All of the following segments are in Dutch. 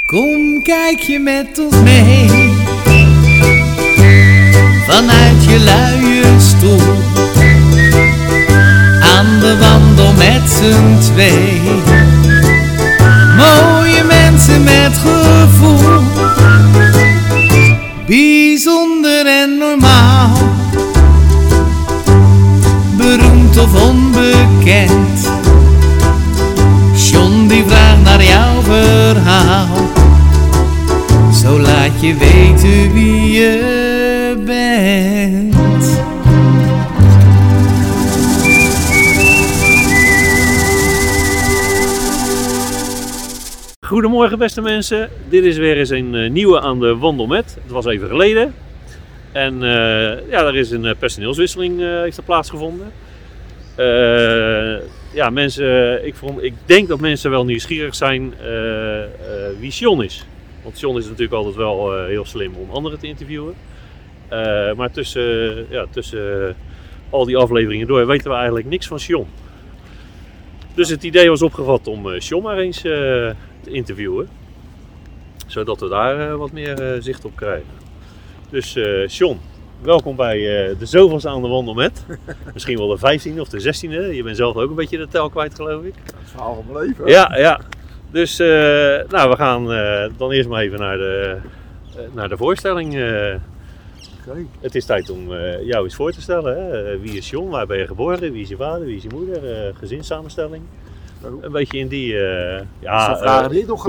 Kom, kijk je met ons mee, vanuit je luie stoel, aan de wandel met z'n twee. Mooie mensen met gevoel, bijzonder en normaal, beroemd of onbekend. John die vraagt naar jouw verhaal, zo laat je weten wie je bent. Goedemorgen beste mensen, dit is weer eens een nieuwe aan de Wandel Met. Het was even geleden en er is een personeelswisseling heeft er plaatsgevonden. Mensen, ik denk dat mensen wel nieuwsgierig zijn wie John is. Want John is natuurlijk altijd wel heel slim om anderen te interviewen. Maar tussen al die afleveringen door weten we eigenlijk niks van John. Dus het idee was opgevat om John maar eens te interviewen. Zodat we daar wat meer zicht op krijgen. Dus John, welkom bij de zoveelste aan de Wandel Met. Misschien wel de 15e of de 16e. Je bent zelf ook een beetje de tel kwijt, geloof ik. Dat is het verhaal van mijn leven. Ja. Dus we gaan dan eerst maar even naar de voorstelling. Okay. Het is tijd om jou eens voor te stellen. Hè? Wie is John? Waar ben je geboren? Wie is je vader? Wie is je moeder? Gezinssamenstelling. Een beetje in die... vragen die ik nog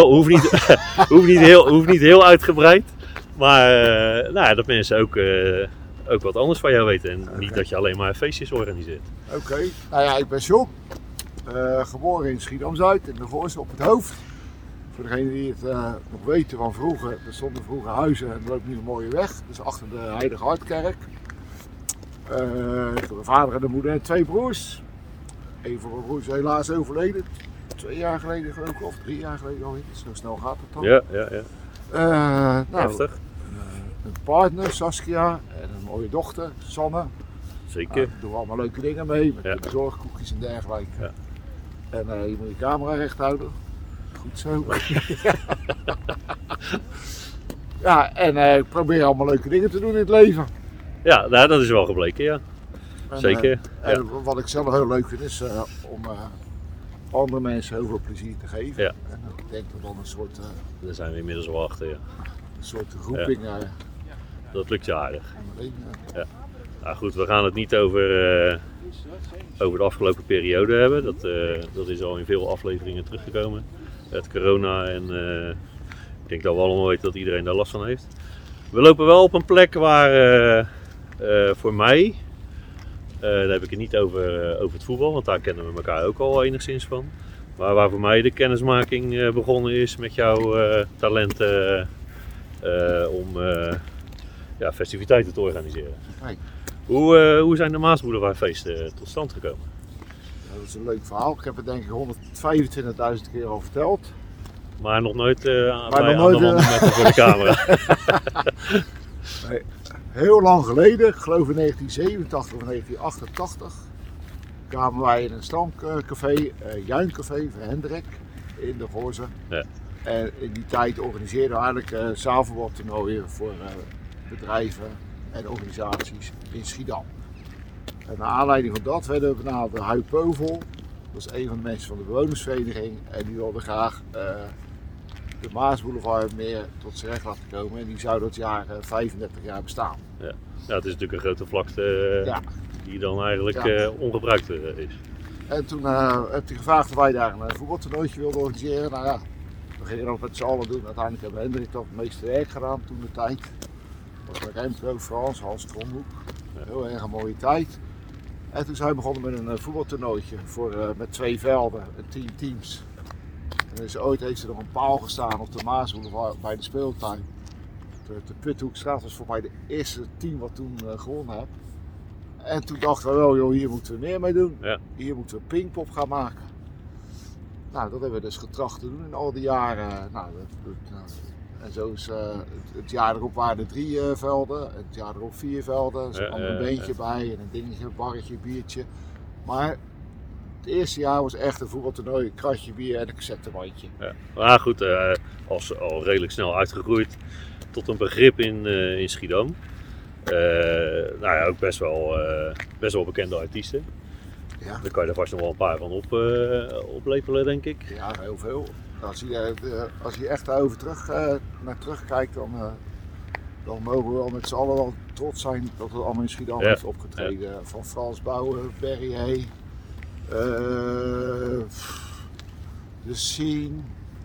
hoeft niet heel uitgebreid. Maar dat mensen ook wat anders van jou weten. En niet dat je alleen maar feestjes organiseert. Oké. Nou ja, ik ben John. Geboren in Schiedam-Zuid, in de Goorse op het hoofd. Voor degenen die het nog weten van vroeger, er stonden vroeger huizen en er loopt nu een mooie weg. Dus achter de Heilige Hartkerk. Ik heb een vader en een moeder en 2 broers. Een van mijn broers is helaas overleden. 2 jaar geleden geloof ik, of 3 jaar geleden alweer. Zo snel gaat het dan. Ja. Heftig. Een partner, Saskia, en een mooie dochter, Sanne. Zeker. Daar doen we allemaal leuke dingen mee, met zorgkoekjes en dergelijke. Ja. En je moet je camera recht houden. Goed zo. Ik probeer allemaal leuke dingen te doen in het leven. Ja, nou, dat is wel gebleken, ja. Zeker. En wat ik zelf heel leuk vind is om andere mensen heel veel plezier te geven. Ja. En ik denk dat dan een soort... Daar zijn we inmiddels wel achter, ja. Een soort roeping. Dat lukt je aardig. Ja. Nou goed, we gaan het niet over de afgelopen periode hebben. Dat is al in veel afleveringen teruggekomen. Het corona en ik denk dat we allemaal weten dat iedereen daar last van heeft. We lopen wel op een plek waar voor mij, daar heb ik het niet over het voetbal, want daar kennen we elkaar ook al enigszins van. Maar waar voor mij de kennismaking begonnen is met jouw talenten om festiviteiten te organiseren. Hey. Hoe zijn de Maasboulevardfeesten tot stand gekomen? Ja, dat is een leuk verhaal. Ik heb het denk ik 125.000 keer al verteld. Maar nog nooit voor de camera. Nee, heel lang geleden, ik geloof in 1987 of 1988, kwamen wij in een stamcafé, Juincafé van Hendrik in de Goorse. Ja. En in die tijd organiseerden we eigenlijk zaalvoetbaltoernooien voor bedrijven en organisaties in Schiedam. En naar aanleiding van dat werden we benaderd door Huip Peuvel. Dat is een van de mensen van de bewonersvereniging en die wilde graag de Maasboulevard meer tot zijn recht laten komen en die zou dat jaar 35 jaar bestaan. Ja, het is natuurlijk een grote vlakte die dan eigenlijk ongebruikt is. En toen heeft hij gevraagd of wij daar een voetbaltoernooitje wilden organiseren. Nou ja, we gingen dat met z'n allen doen. Uiteindelijk hebben Hendrik toch het meeste werk gedaan toen de tijd. Dat was met Remco Frans, Hans Kromhoek. Heel erg een mooie tijd. En toen zijn we begonnen met een voetbaltoernooitje met 2 velden en 10 teams. En dus ooit heeft er nog een paal gestaan op de Maasboulevard bij de speeltuin. De Puthoekstraat was voor mij de eerste team wat toen gewonnen heb. En toen dachten we wel, joh, hier moeten we meer mee doen. Ja. Hier moeten we Pinkpop gaan maken. Nou, dat hebben we dus getracht te doen in al die jaren. En zo is het jaar erop waren er 3 velden, het jaar erop 4 velden. Er zat een beentje bij en een dingetje, een barretje, biertje. Maar Het eerste jaar was echt een voetbaltoernooi, een kratje bier en een cassettebandje. Ja. Maar goed, al redelijk snel uitgegroeid tot een begrip in Schiedam. Nou ja, ook best wel bekende artiesten. Ja. Daar kan je er vast nog wel een paar van oplepelen, denk ik. Ja, heel veel. Als je echt daarover naar terugkijkt, dan mogen we wel met z'n allen wel trots zijn dat het allemaal in Schiedam heeft opgetreden. Ja. Van Frans Bouwen, Berrier, The Scene,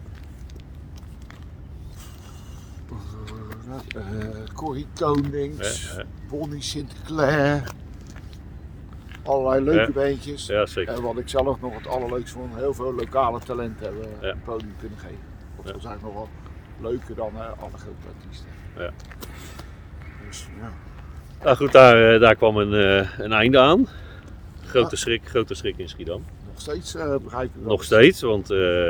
Corrie Konings, Bonnie Sinclair. Allerlei leuke bandjes. Ja, zeker. En wat ik zelf nog het allerleukste vond, heel veel lokale talenten hebben een podium kunnen geven. Dat was eigenlijk nog wel leuker dan alle grote artiesten. Ja. Dus, ja. Nou goed, daar kwam een einde aan. Grote schrik in Schiedam. Nog steeds begrijp ik wel. Nog steeds, want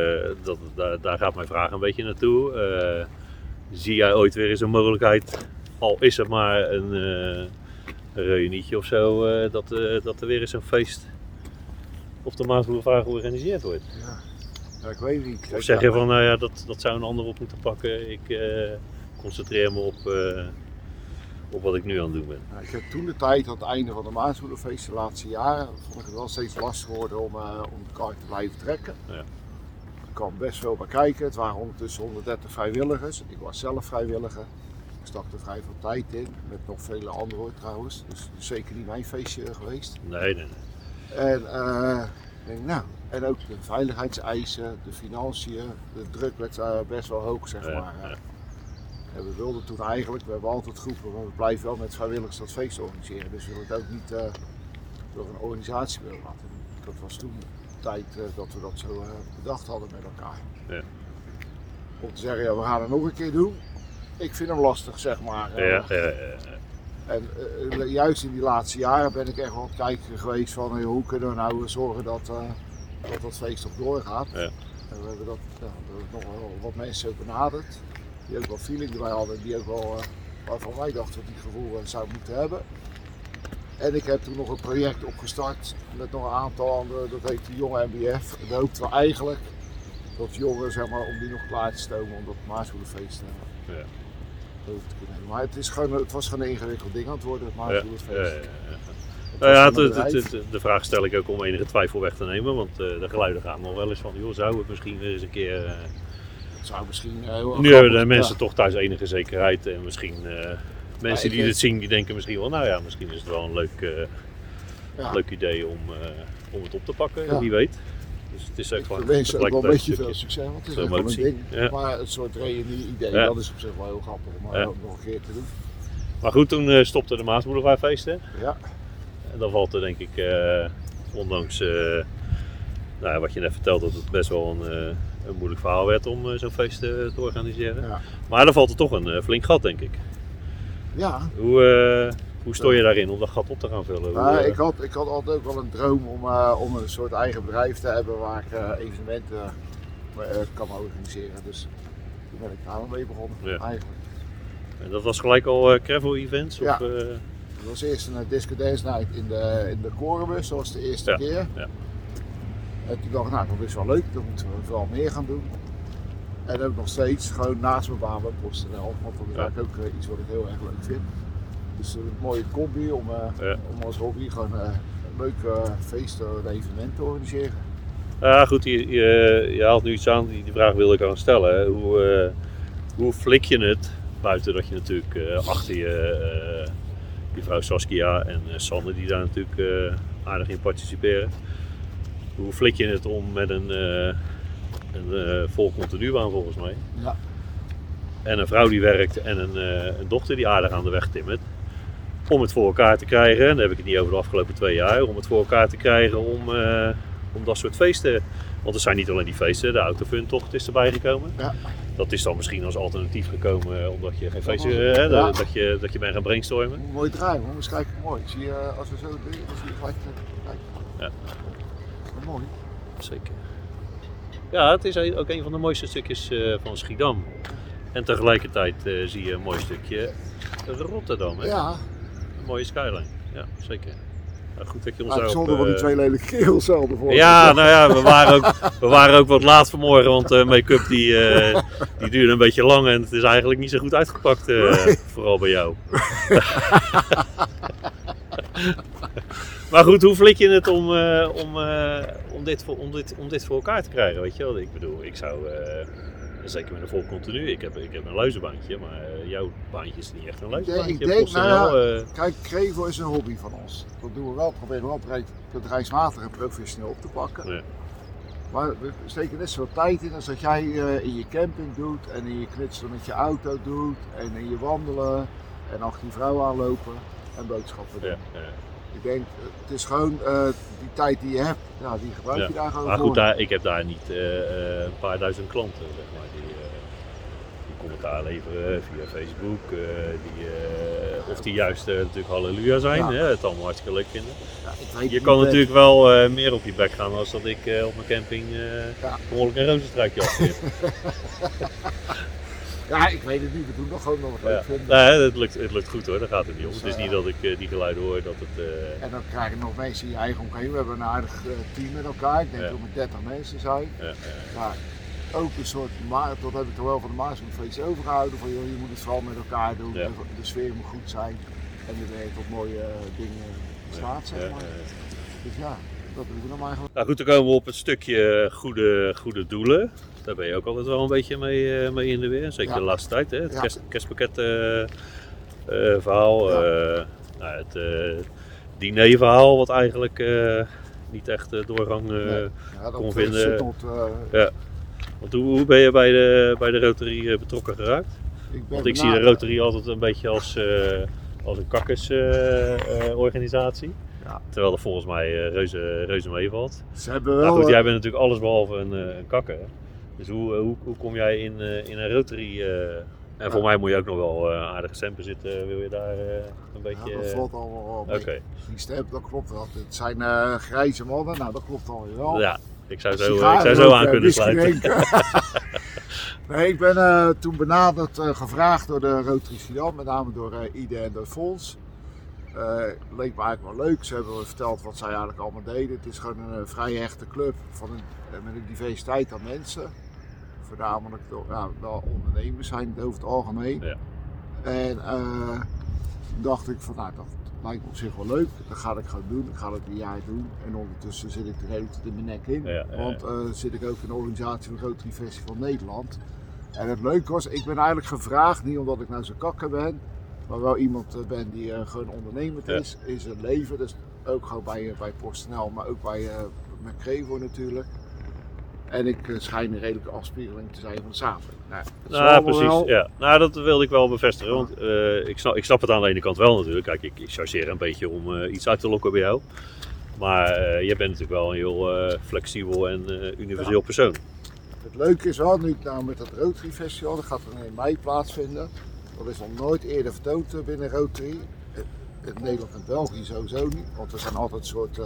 daar gaat mijn vraag een beetje naartoe. Zie jij ooit weer eens een mogelijkheid, al is het maar een reunietje of zo, dat er weer eens een feest op de Maasboulevard georganiseerd wordt? Ja, ik weet niet. Of zeg je van, nou ja, dat zou een ander op moeten pakken, ik concentreer me op wat ik nu aan het doen ben. Nou, ik heb toen de tijd, aan het einde van de Maasboulevardfeest, de laatste jaren, vond ik het wel steeds lastig worden om de kaart te blijven trekken. Ja. Er kwam best veel bij kijken, het waren ondertussen 130 vrijwilligers, ik was zelf vrijwilliger. Ik stak er vrij veel tijd in, met nog vele anderen hoor, trouwens, dus zeker niet mijn feestje geweest. Nee. En, en ook de veiligheidseisen, de financiën, de druk werd best wel hoog, zeg maar. Ja. En we wilden toen eigenlijk, we hebben altijd groepen, maar we blijven wel met vrijwilligers dat feest organiseren. Dus we willen het ook niet door een organisatie willen laten doen. Dat was toen de tijd dat we dat zo bedacht hadden met elkaar. Ja. Om te zeggen, ja, we gaan het nog een keer doen. Ik vind hem lastig, zeg maar. En juist in die laatste jaren ben ik echt wel aan het kijken geweest van hoe kunnen we nou zorgen dat feest toch doorgaat. Ja. En we hebben dat nog wel wat mensen ook benaderd, die ook wel feeling erbij hadden, die ook wel waarvan wij dachten dat die gevoel zou moeten hebben. En ik heb toen nog een project opgestart met nog een aantal anderen, dat heet de Jonge MBF. En daar hoopten we eigenlijk dat jongeren, zeg maar, om die nog klaar te stomen om dat Maasboulevardfeest over te kunnen hebben. Maar het was gewoon een ingewikkeld ding aan het worden, het Maasboulevardfeest. De vraag stel ik ook om enige twijfel weg te nemen, want de geluiden gaan nog wel eens van, joh, zou het misschien weer eens een keer... Het zou misschien nu hebben de mensen toch thuis enige zekerheid en misschien mensen die dit zien, die denken misschien wel, nou ja, misschien is het wel een leuk idee om het op te pakken, wie weet. Dus het is ik wens ook wel een beetje veel succes, want het is ook wel een ding. Ja. Maar het soort reunie-idee, dat is op zich wel heel grappig om ook nog een keer te doen. Maar goed, toen stopte de Maasboulevardfeesten. Ja. En dan valt er denk ik, ondanks wat je net vertelt, dat het best wel een moeilijk verhaal werd om zo'n feest te organiseren. Ja. Maar dan valt er toch een flink gat, denk ik. Ja. Hoe stoor je daarin om dat gat op te gaan vullen? Ik had altijd ook wel een droom om een soort eigen bedrijf te hebben waar ik evenementen kan organiseren. Dus toen ben ik daar mee begonnen, eigenlijk. En dat was gelijk al Crevo Events? Ja. Of, dat was eerst een Disco Dance Night in de Korenbus, dat was de eerste keer. Ja. En toen dacht ik, nou dat is wel leuk, dan moeten we vooral meer gaan doen. En ook nog steeds, gewoon naast mijn baan bij PostNL, want dat is eigenlijk ook iets wat ik heel erg leuk vind. Dus een mooie combi om als hobby gewoon een leuk feest en evenement te organiseren. Ja goed, je haalt nu iets aan, die vraag wilde ik aan stellen. Hoe flik je het, buiten dat je natuurlijk achter je vrouw Saskia en Sanne die daar natuurlijk aardig in participeren. Hoe flik je het om met een vol continubaan volgens mij? Ja. En een vrouw die werkt en een dochter die aardig aan de weg timmert. Om het voor elkaar te krijgen, en dan heb ik het niet over de afgelopen 2 jaar, om het voor elkaar te krijgen om dat soort feesten. Want er zijn niet alleen die feesten, de autofuntocht is erbij gekomen. Ja. Dat is dan misschien als alternatief gekomen omdat je geen feestje, dat je bent gaan brainstormen. Mooi draaien, maar eens kijken, mooi. Zie je, als we zo doen, dan zie je gelijk. Ja. Mooi. Zeker. Ja, het is ook een van de mooiste stukjes van Schiedam. En tegelijkertijd zie je een mooi stukje Rotterdam. Hè? Ja. Een mooie skyline, ja zeker. Nou, goed dat je ons Zonder van die 2 lelijke kerels zelf ervoor. Ja, nou ja, we waren ook wat laat vanmorgen, want make-up die duurde een beetje lang en het is eigenlijk niet zo goed uitgepakt, vooral bij jou. Maar goed, hoe flik je het om dit voor elkaar te krijgen, weet je wel? Ik bedoel, ik zou, zeker met een vol continu, ik heb een luizenbaantje, maar jouw baantje is niet echt een luizenbaantje. Ik denk, kijk, Krevo is een hobby van ons. Dat doen we wel, proberen we wel bedrijfsmatig en professioneel op te pakken. Ja. Maar we steken net zoveel tijd in als dat jij in je camping doet en in je knutselen met je auto doet en in je wandelen en achter die vrouw aanlopen en boodschappen doen. Ja. Ik denk, het is gewoon die tijd die je hebt, ja, die gebruik je daar gewoon maar voor. Maar goed, ik heb daar niet een paar duizend klanten, zeg maar, die commentaar leveren via Facebook, of die juist natuurlijk halleluja zijn, hè, het allemaal hartstikke leuk vinden. Ja, je kan natuurlijk wel meer op je bek gaan als dat ik op mijn camping behoorlijk een rozenstruikje afgeef. Ja, ik weet het niet, we doen nog gewoon nog wat leuk vinden. Nee, het lukt goed hoor, daar gaat het niet om. Dus, het is niet dat ik die geluiden hoor dat het... En dan krijgen nog mensen in je eigen omgeving. We hebben een aardig team met elkaar, ik denk dat we met 30 mensen zijn. Maar ook een soort, dat heb ik toch wel van de Maasmoedfeest overgehouden. Van joh, je moet het vooral met elkaar doen, de sfeer moet goed zijn. En er werkt wat mooie dingen staat, zeg maar. Dus ja, dat doen we dan maar gewoon. Nou goed, dan komen we op het stukje goede doelen. Daar ben je ook altijd wel een beetje mee in de weer, zeker de laatste tijd. Hè? Het kerstpakket verhaal, het dinerverhaal wat eigenlijk niet echt doorgang kon vinden. Want hoe ben je bij de Rotary betrokken geraakt? Want ik zie de Rotary altijd een beetje als een kakkersorganisatie. Terwijl er volgens mij reuze meevalt. Ze hebben wel, goed, jij bent natuurlijk alles behalve een kakker. Dus hoe kom jij in een Rotary? En voor mij moet je ook nog wel aardige stempen zitten. Wil je daar een beetje... Ja, dat valt allemaal wel mee. Okay. Die stempen, dat klopt wel. Het zijn grijze mannen, nou dat klopt alweer wel. Ja, ik zou zo aan kunnen sluiten. Nee, ik ben toen benaderd, gevraagd door de Rotary Schiedam, met name door Ide en door Fons. Leek me eigenlijk wel leuk. Ze hebben me verteld wat zij eigenlijk allemaal deden. Het is gewoon een vrij hechte club met een diversiteit aan mensen. Voornamelijk wel ondernemers zijn het over het algemeen. Ja. En toen dacht ik van dat lijkt me op zich wel leuk. Dat ga ik gewoon doen. Ik ga het een jaar doen. En ondertussen zit ik er heel in mijn nek in. Want zit ik ook in de organisatie van Rotary Festival Nederland. En het leuke was, ik ben eigenlijk gevraagd, niet omdat ik nou zo'n kakker ben, maar wel iemand ben die gewoon ondernemend is in zijn leven. Dus ook gewoon bij PostNL, maar ook met Krevo natuurlijk. En ik schijn een redelijke afspiegeling te zijn van de samenleving. Nou, precies. Ja. Nou, dat wilde ik wel bevestigen. Want ik snap het aan de ene kant wel natuurlijk. Kijk, ik chargeer een beetje om iets uit te lokken bij jou. Maar jij bent natuurlijk wel een heel flexibel en universeel persoon. Het leuke is wel, nu nou met het Rotary Festival, dat gaat er in mei plaatsvinden. Dat is nog nooit eerder vertoond binnen Rotary. In Nederland en België sowieso niet. Want er zijn altijd een soort,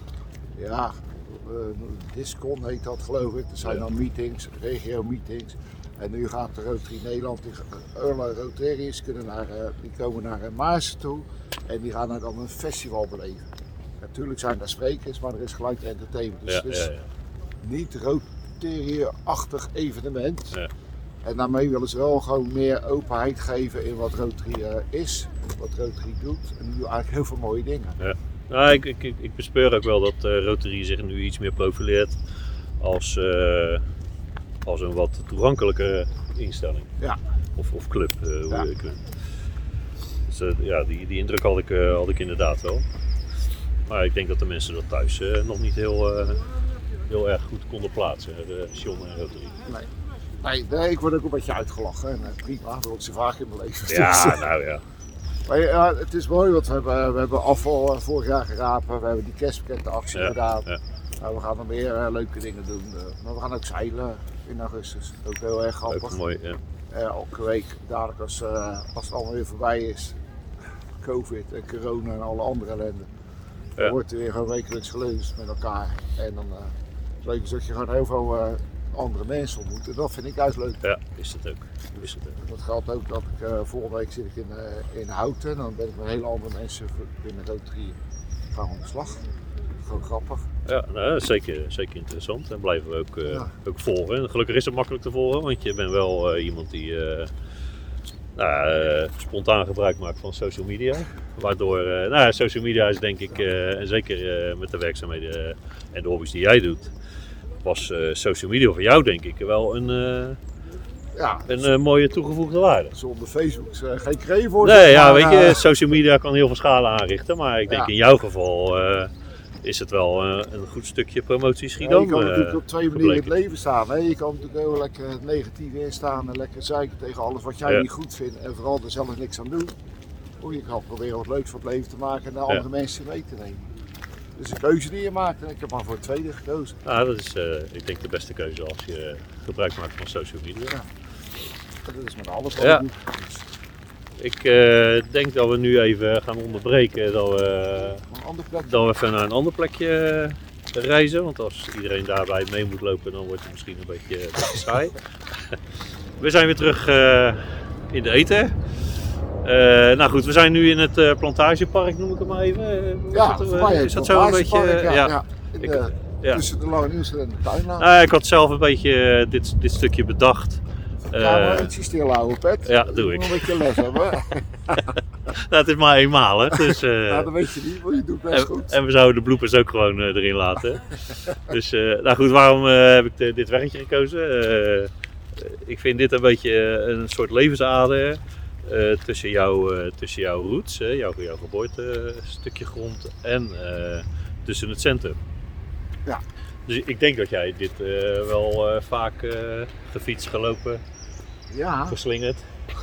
Discon heet dat geloof ik. Er zijn dan meetings, regio-meetings. En nu gaat de Rotary Nederland, alle Rotariërs die komen naar Maarsen toe. En die gaan dan een festival beleven. Natuurlijk zijn daar sprekers, maar er is gelijk entertainment. Dus het is niet Rotary-achtig evenement. Ja. En daarmee willen ze wel gewoon meer openheid geven in wat Rotary is, wat Rotary doet. En die doen eigenlijk heel veel mooie dingen. Ja. Nou, ik bespeur ook wel dat Rotary zich nu iets meer profileert als een wat toegankelijke instelling. Ja. Of club, hoe je kunt. Dus die indruk had ik inderdaad wel. Maar ik denk dat de mensen dat thuis nog niet heel erg goed konden plaatsen, John en Rotary. Nee, ik word ook een beetje uitgelachen. En prima, dat wil ik zo vaak in mijn leven. Ja, nou ja. Maar het is mooi, want we hebben afval vorig jaar gerapen. We hebben die kerstpakkettenactie gedaan. Ja. Nou, we gaan nog meer leuke dingen doen. Maar we gaan ook zeilen in augustus. Ook heel erg grappig. Ook mooi, ja. Elke week, dadelijk als het allemaal weer voorbij is. Covid en corona en alle andere ellende. Dan wordt er weer gewoon wekelijks gelezen met elkaar. En dan leuk is dat je gewoon heel veel andere mensen ontmoet. En dat vind ik juist leuk. Ja, is het ook. Dat geldt ook dat ik volgende week zit ik in Houten. Dan ben ik met hele andere mensen binnen Rotary gaan we aan de slag. Gewoon grappig. Ja, nou, dat is zeker interessant en blijven we ook volgen. En gelukkig is het makkelijk te volgen, want je bent wel iemand die spontaan gebruik maakt van social media. Waardoor, social media is denk ik, en zeker met de werkzaamheden en de hobby's die jij doet, was social media voor jou denk ik wel een mooie toegevoegde waarde. Zonder Facebook is geen kreeg voor. Nee, ja, weet je, social media kan heel veel schade aanrichten, maar ik denk in jouw geval is het wel een goed stukje promotie Schiedam. Je kan natuurlijk op twee manieren in het leven staan. Hè? Je kan natuurlijk heel lekker negatief instaan en lekker zeiken tegen alles wat jij niet goed vindt en vooral er zelf niks aan doen. Of je kan proberen wat leuks van het leven te maken en naar andere mensen mee te nemen. Dus een keuze die je maakt en ik heb maar voor het tweede gekozen. Ja, dat is ik denk de beste keuze als je gebruik maakt van social media. Ja. Dat is met alles wat Ja. ik doe. Dus Ik denk dat we nu even gaan onderbreken, dat een ander plek. we even naar een ander plekje reizen. Want als iedereen daarbij mee moet lopen, dan wordt het misschien een beetje saai. We zijn weer terug in de eten. Nou goed, we zijn nu in het plantagepark, noem ik het maar even. Ja, voor mij is dat zo een beetje? Ja. Ja. Tussen de Lange Nieuwse en de tuinlaan. Ik had zelf een beetje dit stukje bedacht. Maar ietsje stilhouden, Pet. Ja, doe ik. Moet een beetje les hebben. Het is maar eenmalig. Dus, Dat weet je niet, maar je doet best goed. En we zouden de bloepers ook gewoon erin laten. Dus, nou goed, waarom heb ik dit werkje gekozen? Ik vind dit een beetje een soort levensader tussen jouw roots, jouw geboortestukje grond en tussen het centrum. Ja. Dus ik denk dat jij dit wel vaak gefietst, gelopen, geslingerd.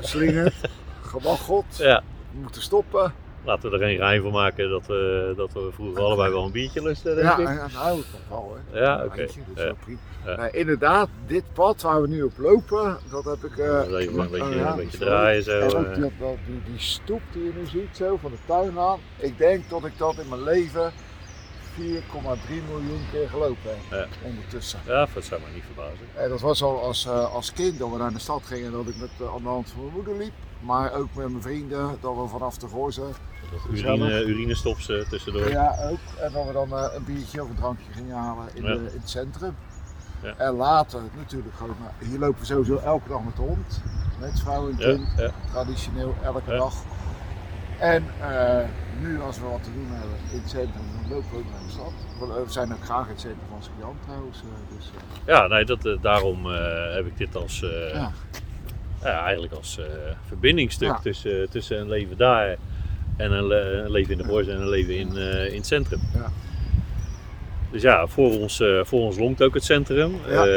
Gewaggeld. Ja. We moeten stoppen. Laten we er geen geheim van maken dat we vroeger allebei wel een biertje lusten, denk ik. Ja, nou, dat wel hè. Ja, oké. Nee, inderdaad, dit pad waar we nu op lopen, dat heb ik... Even een beetje draaien zo. En ook die stoep die je nu ziet, zo, van de tuin aan. Ik denk dat ik dat in mijn leven 4,3 miljoen keer gelopen heb, ondertussen. Ja, dat zou mij niet verbazen. En dat was al als kind dat we naar de stad gingen, dat ik aan de hand van mijn moeder liep. Maar ook met mijn vrienden, dat we vanaf de Goorzen... Urinestops tussendoor. Ja, ook. En dat we dan een biertje of een drankje gingen halen in het centrum. Ja. En later natuurlijk gewoon, hier lopen we sowieso elke dag met de hond. Met vrouw en kind, traditioneel elke dag. En nu als we wat te doen hebben in het centrum, dan lopen we ook naar de stad. We zijn ook graag in het centrum van Schiedam trouwens. Ja, nee, daarom heb ik dit als, eigenlijk als verbindingsstuk tussen een leven daar en een leven in de Goorzen en een leven in het centrum. Ja. Dus ja, voor ons longt ook het centrum.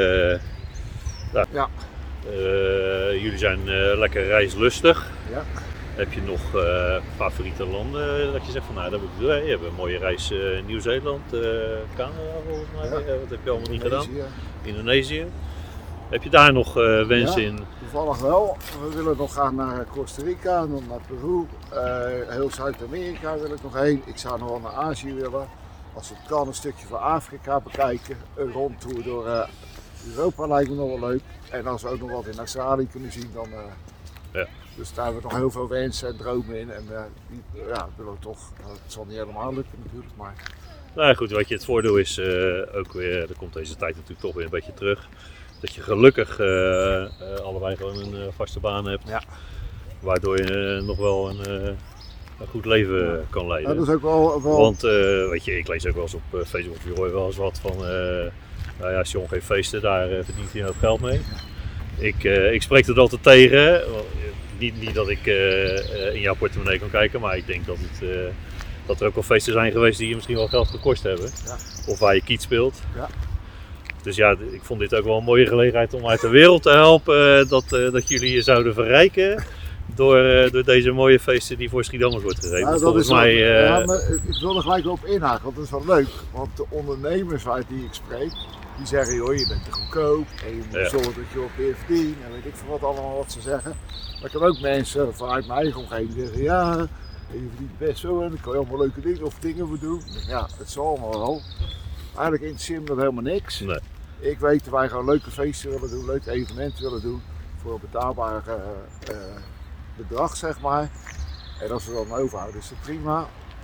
Ja. Jullie zijn lekker reislustig. Ja. Heb je nog favoriete landen dat je zegt van nou dat moet ik doen? Je hebt een mooie reis Nieuw-Zeeland, Canada volgens mij. Wat heb je allemaal niet gedaan? Indonesië. Heb je daar nog wensen in? Toevallig wel. We willen nog gaan naar Costa Rica, dan naar Peru. Heel Zuid-Amerika wil ik nog heen. Ik zou nog wel naar Azië willen. Als het kan een stukje van Afrika bekijken. Een rondtour door Europa lijkt me nog wel leuk. En als we ook nog wat in Australië kunnen zien, dan... Dus daar hebben we nog heel veel wensen en dromen in. En die willen we toch. Het zal niet helemaal lukken natuurlijk, maar... Nou goed, wat je het voordeel is ook weer, er komt deze tijd natuurlijk toch weer een beetje terug. Dat je gelukkig allebei gewoon een vaste baan hebt. Ja. Waardoor je nog wel een goed leven kan leiden. Ja, dat is ook wel... Want weet je, ik lees ook wel eens op Facebook, je hoort wel eens wat van... als John geeft feesten, daar verdient hij ook geld mee. Ik spreek het altijd tegen. Niet dat ik in jouw portemonnee kan kijken, maar ik denk dat er ook wel feesten zijn geweest die je misschien wel geld gekost hebben. Ja. Of waar je kiet speelt. Ja. Dus ja, ik vond dit ook wel een mooie gelegenheid om uit de wereld te helpen. Dat jullie je zouden verrijken door deze mooie feesten die voor Schiedammers wordt gegeven. Ja, volgens mij... maar ik wil er gelijk op inhaken, want dat is wel leuk. Want de ondernemers uit die ik spreek, die zeggen joh, je bent te goedkoop en je moet zorgen dat je op weer verdient en weet ik veel wat allemaal wat ze zeggen. Maar ik heb ook mensen vanuit mijn eigen omgeving die zeggen ja, je verdient best zo en dan kan je allemaal leuke dingen voor doen. Ja, het zal allemaal wel. Eigenlijk interesseert me dat helemaal niks. Nee. Ik weet dat wij gewoon leuke feesten willen doen, leuke evenementen willen doen voor een betaalbaar bedrag zeg maar. En als we dat overhouden is dat prima.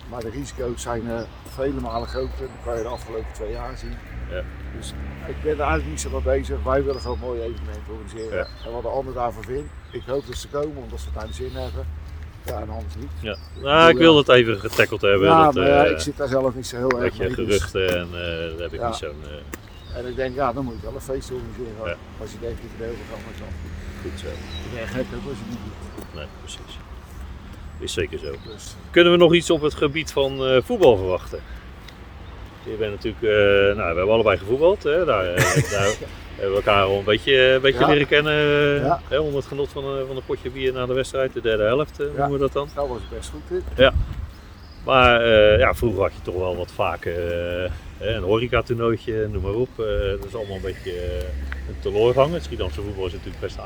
Maar de risico's zijn vele malen groter. Dat kan je de afgelopen 2 jaar zien. Ja. Dus ik ben er eigenlijk niet zo mee bezig. Wij willen gewoon mooie evenementen organiseren. Ja. En wat de ander daarvan vindt, ik hoop dat ze komen omdat ze het naar de zin hebben. Ja, en anders niet. Ja. Nou, ik wil het even getackeld hebben. Ja, dat, maar ik zit daar zelf niet zo heel dat erg je mee. geruchten en daar heb ik Ja. niet zo'n... En ik denk, ja, dan moet je wel een feest organiseren. Ja. Als je denkt, ik verdeel het allemaal zo. goed zo. Ik ben gek ook als je het niet doet. Nee, precies. Is zeker zo. Dus, Kunnen we nog iets op het gebied van voetbal verwachten? Je bent natuurlijk, we hebben allebei gevoetbald. Hè? Daar hebben we elkaar al een beetje Ja. leren kennen. Ja. Hè, onder het genot van een potje bier na de wedstrijd, de derde helft noemen we dat dan. daar was ik best goed in. Maar vroeger had je toch wel wat vaker een horecatoernooitje, noem maar op. Dat is allemaal een beetje een teloorgang. Het Schiedamse voetbal is natuurlijk best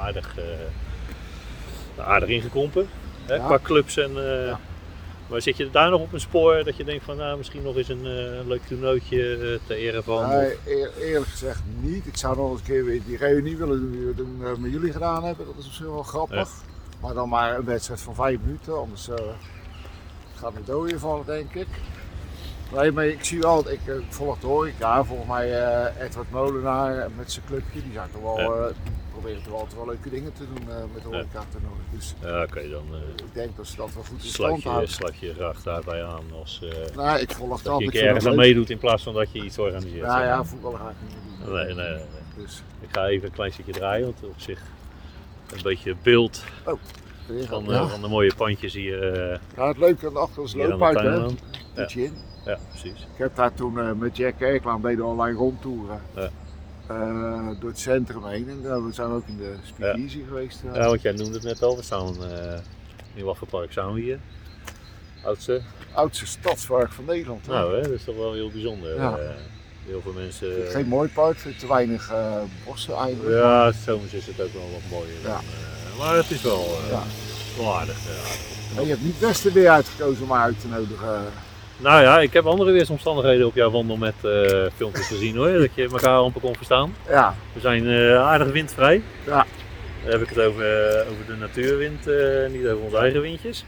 aardig ingekrompen. Hè, Ja. qua clubs en... Ja. Maar zit je daar nog op een spoor dat je denkt van nou, misschien nog eens een leuk toernooitje ter ere van? Nee, eerlijk gezegd niet. Ik zou nog eens een keer weer die reunie willen doen die we toen met jullie gedaan hebben. Dat is op zich wel grappig. Ja. Maar dan maar een wedstrijd van 5 minuten, anders gaat het dooien vallen, denk ik. Nee, maar ik zie wel, ik volg de horeca, volgens mij Edward Molenaar met zijn clubje, die zijn toch wel, proberen toch altijd wel leuke dingen te doen met de horeca toernooi. Dus Ja, oké, dan ik denk dat ze dat wel goed in stand houden. sluit je graag daarbij aan als Nou, ik volg dat dat. je Ik een vind ergens dat aan leuk. meedoet in plaats van dat je iets organiseert. Ja, ja, voetbal ga ik niet meer doen. Nee. Dus, Ik ga even een klein stukje draaien, want op zich een beetje beeld weer van, ja. van de mooie pandjes hier, Ja, het leuke aan de achter is hier aan de loopuit, hè? tuinman. Moet je in. Ja, precies. Ik heb daar toen met Jack Kerklaan deden we allerlei rondtouren Ja. door het centrum heen. En we zijn ook in de Speakeasy geweest. Ja, want jij noemde het net al, we staan in wat voor park staan we hier? Oudste? Oudste stadspark van Nederland. Hè? Nou, hè, dat is toch wel heel bijzonder. Ja. Heel veel mensen. Geen mooi park, te weinig bossen eigenlijk. Ja, zomers is het ook wel wat mooier. Ja. Dan, maar het is wel, Ja. wel aardig. En je hebt niet het beste weer uitgekozen om uit te nodigen. Nou ja, ik heb andere weersomstandigheden op jouw wandel met filmpjes gezien hoor. Dat je elkaar amper kon verstaan. Ja, We zijn aardig windvrij. Ja. Dan heb ik het over de natuurwind, niet over onze eigen windjes.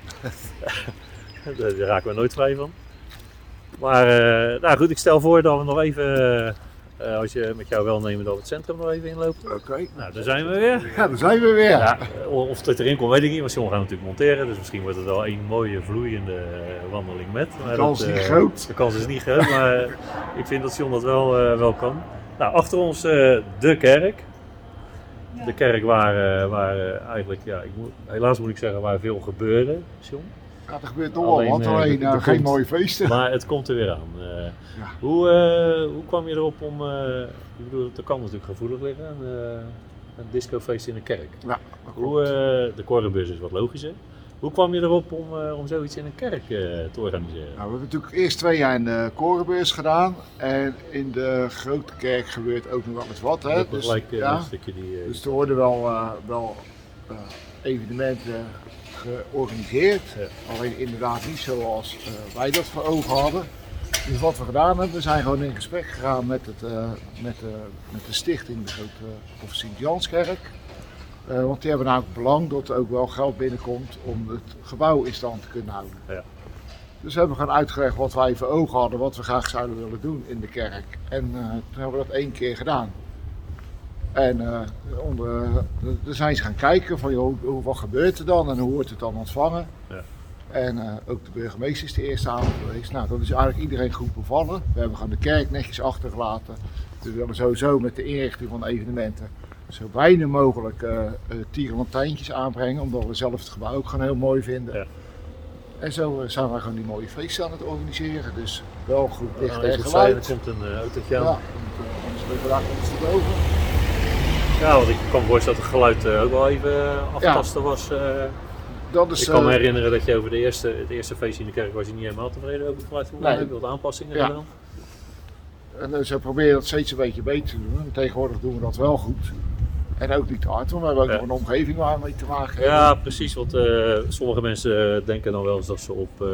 Daar raken we nooit vrij van. Maar nou goed, ik stel voor dat we nog even, als je met jouw welnemen, dat we het centrum nog even inlopen. oké. Nou, daar zijn we weer. Ja, daar zijn we weer. Ja, of het erin komt, weet ik niet, want John gaat natuurlijk monteren. Dus misschien wordt het wel een mooie vloeiende wandeling met. Maar De kans is dat, niet groot. De kans is niet groot, maar ik vind dat John dat wel kan. Nou, achter ons de kerk. De kerk waar eigenlijk, ja, helaas moet ik zeggen, waar veel gebeurde, John. Ja, er gebeurt toch wel wat, alleen er geen komt- mooie feesten. Maar het komt er weer aan. Ja. Hoe kwam je erop om, ik bedoel, er kan natuurlijk gevoelig liggen, een discofeest in een kerk. Ja, dat klopt. Hoe, de Korenbeurs is wat logischer. Hoe kwam je erop om zoiets in een kerk te organiseren? Nou, we hebben natuurlijk eerst 2 jaar in de Korenbeurs gedaan. En in de grote kerk gebeurt ook nog wel eens wat. Hè? Dat Dus, gelijk ja, een stukje die... dus er worden wel evenementen georganiseerd. Ja. Alleen inderdaad niet zoals wij dat voor ogen hadden. Dus wat we gedaan hebben, we zijn gewoon in gesprek gegaan met de stichting, de grote of Sint-Janskerk. Want die hebben namelijk belang dat er ook wel geld binnenkomt om het gebouw in stand te kunnen houden. Ja. Dus we hebben gewoon uitgelegd wat wij voor ogen hadden, wat we graag zouden willen doen in de kerk. En toen hebben we dat 1 keer gedaan. En dan zijn ze gaan kijken van joh, wat gebeurt er dan en hoe wordt het dan ontvangen. Ja. En ook de burgemeester is de eerste avond geweest. Nou, dat is eigenlijk iedereen goed bevallen. We hebben gewoon de kerk netjes achtergelaten. We willen sowieso met de inrichting van de evenementen zo weinig mogelijk tierenlantijntjes aanbrengen, omdat we zelf het gebouw ook gewoon heel mooi vinden. Ja. En zo zijn we gewoon die mooie feesten aan het organiseren. Dus wel goed licht Als en je het zei, er geluid. komt een autootje Ja, aan. anders ben je vandaag iets te boven. Ja, want ik kan me voorstellen dat het geluid ook wel even aftasten was. Dat is, Ik kan me herinneren dat je over het eerste feestje in de kerk was je niet helemaal tevreden over het geluid. Nee. Je wilt aanpassingen Ja. gedaan. En ze proberen dat steeds een beetje beter te doen. En tegenwoordig doen we dat wel goed. En ook niet te hard, want we hebben ook Ja. nog een omgeving waar we mee te maken hebben. Ja, precies. Want sommige mensen denken dan wel eens dat ze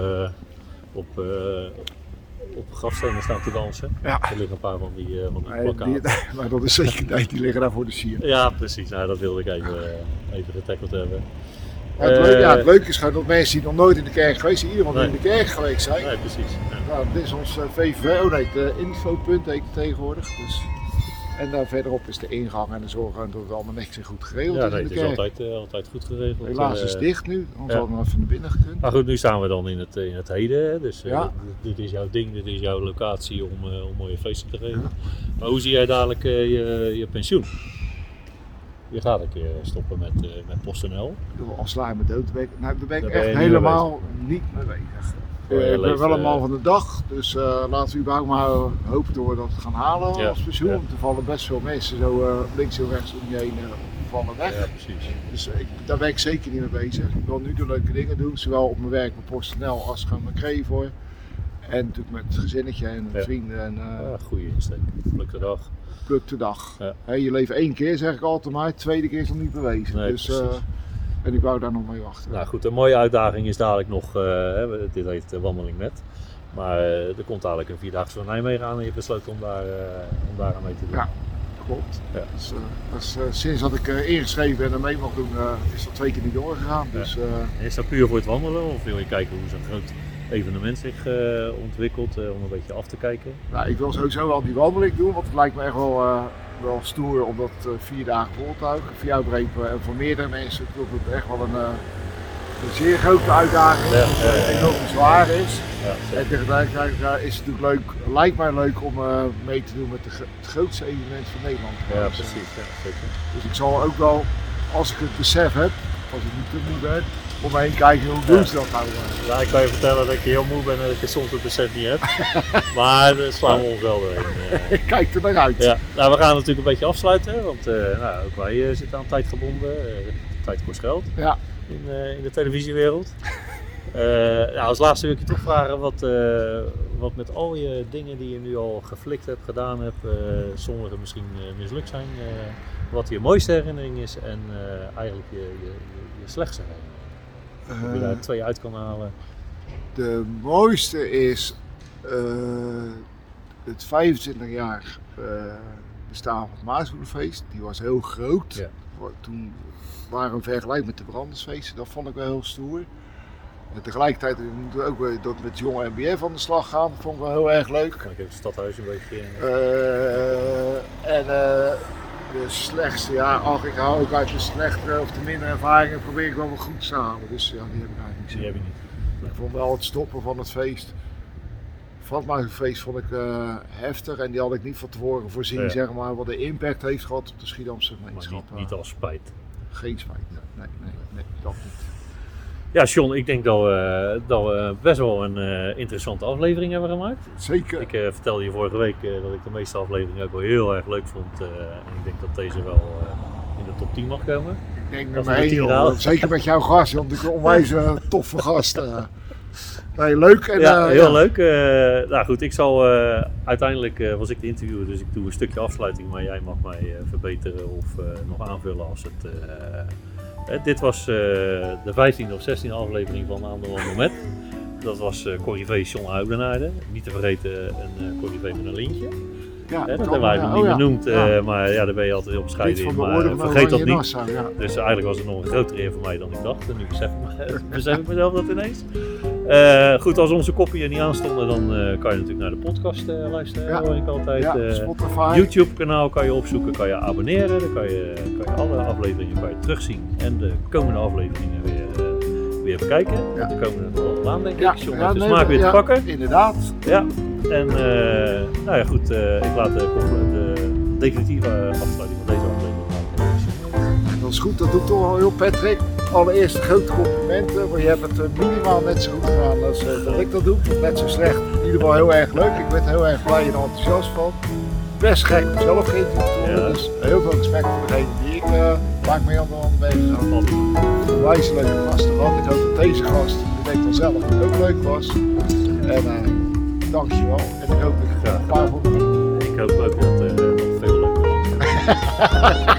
op grafstenen staan te dansen. Ja. Er liggen een paar van die Nee, plakkaten. maar dat is zeker niet, die liggen daar voor de sier. Ja, precies. Nou, dat wilde ik even getackeld hebben. Maar het leuke is gewoon dat mensen die nog nooit in de kerk geweest zijn, iedereen in de kerk geweest zijn. Nee, precies. Ja. Nou, dit is ons VVV, de infopunt heet het tegenwoordig. Dus. En daar verderop is de ingang en de zorg dat het allemaal netjes en goed geregeld is in de het kerk. is altijd goed geregeld. Helaas is het dicht nu, anders hadden we nog even naar binnen gekund. Maar goed, nu staan we dan in het heden. Hè? Dus dit is jouw ding, dit is jouw locatie om mooie feesten te geven. Ja. Maar hoe zie jij dadelijk je pensioen? Je gaat een keer stoppen met PostNL. Als sla je me dood, daar ben ik echt helemaal niet mee bezig. Ik ben wel een man van de dag, dus laten we überhaupt maar hopen dat we dat gaan halen als pensioen. Want er vallen best veel mensen zo links en rechts om je heen vallen weg. Ja, precies. Dus daar ben ik zeker niet mee bezig. Ik wil nu de leuke dingen doen, zowel op mijn werk met PostNL als gewoon met Crevo. En natuurlijk met het gezinnetje en vrienden. En, goede insteek. Pluk de dag. Pluk de dag. Ja. Je leeft 1 keer, zeg ik altijd maar, de tweede keer is nog niet bewezen. Nee, dus, en ik wou daar nog mee wachten. Nou goed, een mooie uitdaging is dadelijk nog, dit heet wandeling met. Maar er komt dadelijk een 4-daagse van Nijmegen aan en je besloot om daar aan mee te doen. Ja, klopt. Ja. Dus, sinds dat ik ingeschreven ben en mee mag doen, is dat 2 keer niet doorgegaan. Ja. Dus, is dat puur voor het wandelen of wil je kijken hoe zo'n groot evenement zich ontwikkelt om een beetje af te kijken? Nou, ik wil sowieso wel die wandeling doen, want het lijkt me echt wel stoer om dat 4 dagen vol te houden. Voor jou begrepen en voor meerdere mensen is het echt wel een zeer grote uitdaging, die enorm zwaar is. Ja, en tegelijkertijd is het natuurlijk leuk, lijkt mij leuk om mee te doen met het grootste evenement van Nederland. Ja, precies. Ja, zeker. Dus ik zal ook wel, als ik het besef heb, als ik niet te moe ben, om me heen kijken hoe doen ze dat nou. Ja, ik kan je vertellen dat ik heel moe ben en dat ik soms het besef niet heb. Maar daar slaan we ons wel doorheen. Ik kijk er naar uit. Ja. Nou, we gaan natuurlijk een beetje afsluiten, want ook wij zitten aan tijd gebonden. Tijd kost geld in de televisiewereld. Als laatste wil ik je toch vragen wat met al je dingen die je nu al geflikt hebt, gedaan hebt, sommige misschien mislukt zijn, wat je mooiste herinnering is en eigenlijk je slechtste herinnering. Of je daar 2 uit kan halen. De mooiste is het 25 jaar bestaan van het Maasboerenfeest. Die was heel groot. Ja. Toen waren we vergelijk met de brandersfeesten. Dat vond ik wel heel stoer. En tegelijkertijd moeten we ook met jonge NBF aan de slag gaan. Dat vond ik wel heel erg leuk. Kan ik even het stadhuis een beetje... De slechtste, ik hou ook uit de slechte of de minder ervaringen, probeer ik wel wat goed te halen. Dus ja, die heb ik eigenlijk niet. Die heb je niet. Ik vond wel het stoppen van het feest. Van het Maasboerenfeest vond ik heftig en die had ik niet van tevoren voorzien, zeg maar, wat de impact heeft gehad op de Schiedamse gemeenschap. Maar niet als spijt. Geen spijt, nee, dat niet. Ja, John, ik denk dat we best wel een interessante aflevering hebben gemaakt. Zeker. Ik vertelde je vorige week dat ik de meeste afleveringen ook wel heel erg leuk vond. En ik denk dat deze wel in de top 10 mag komen. Ik denk met mij, zeker met jouw gast, want ik ben een onwijs toffe gast. Nee, leuk. En, heel leuk. Nou goed, ik zal uiteindelijk was ik de interviewer, dus ik doe een stukje afsluiting, maar jij mag mij verbeteren of nog aanvullen als het... dit was de 15e of 16e aflevering van Aan de Wandel met. Dat was Corrivé John Oudenaarde. Niet te vergeten een Corrivé met een lintje. Ja, dat hebben wij nog niet benoemd, maar daar ben je altijd heel bescheiden in. Maar vergeet dat niet. Nassau, Dus eigenlijk was het nog een grotere eer voor mij dan ik dacht. En nu besef ik mezelf dat ineens. Goed, als onze koppen er niet aanstonden, dan kan je natuurlijk naar de podcast luisteren, hoor ik altijd. Spotify. YouTube kanaal kan je opzoeken, kan je abonneren, dan kan je alle afleveringen terugzien en de komende afleveringen weer bekijken. Ja. De komende nog wel aan, denk ik. Om de smaak weer te pakken. Inderdaad. Ja, en goed, ik laat de definitieve afsluiting van deze aflevering maken. Dat is goed, dat doet toch wel heel Patrick. Allereerst grote complimenten, maar je hebt het minimaal net zo goed gedaan als dat ik dat doe. Net zo slecht, in ieder geval heel erg leuk. Ik ben heel erg blij en enthousiast van. Best gek om zelf geïnterviewd te worden, dus heel veel respect voor degene die ik vaak mee aan de hand bezig ga. Onwijs leuke gasten gehad. Ik hoop dat deze gast, die weet al zelf, ook leuk was. En dankjewel. En ik hoop dat ik een paar voor me. Ik hoop ook dat het nog veel leuker wordt.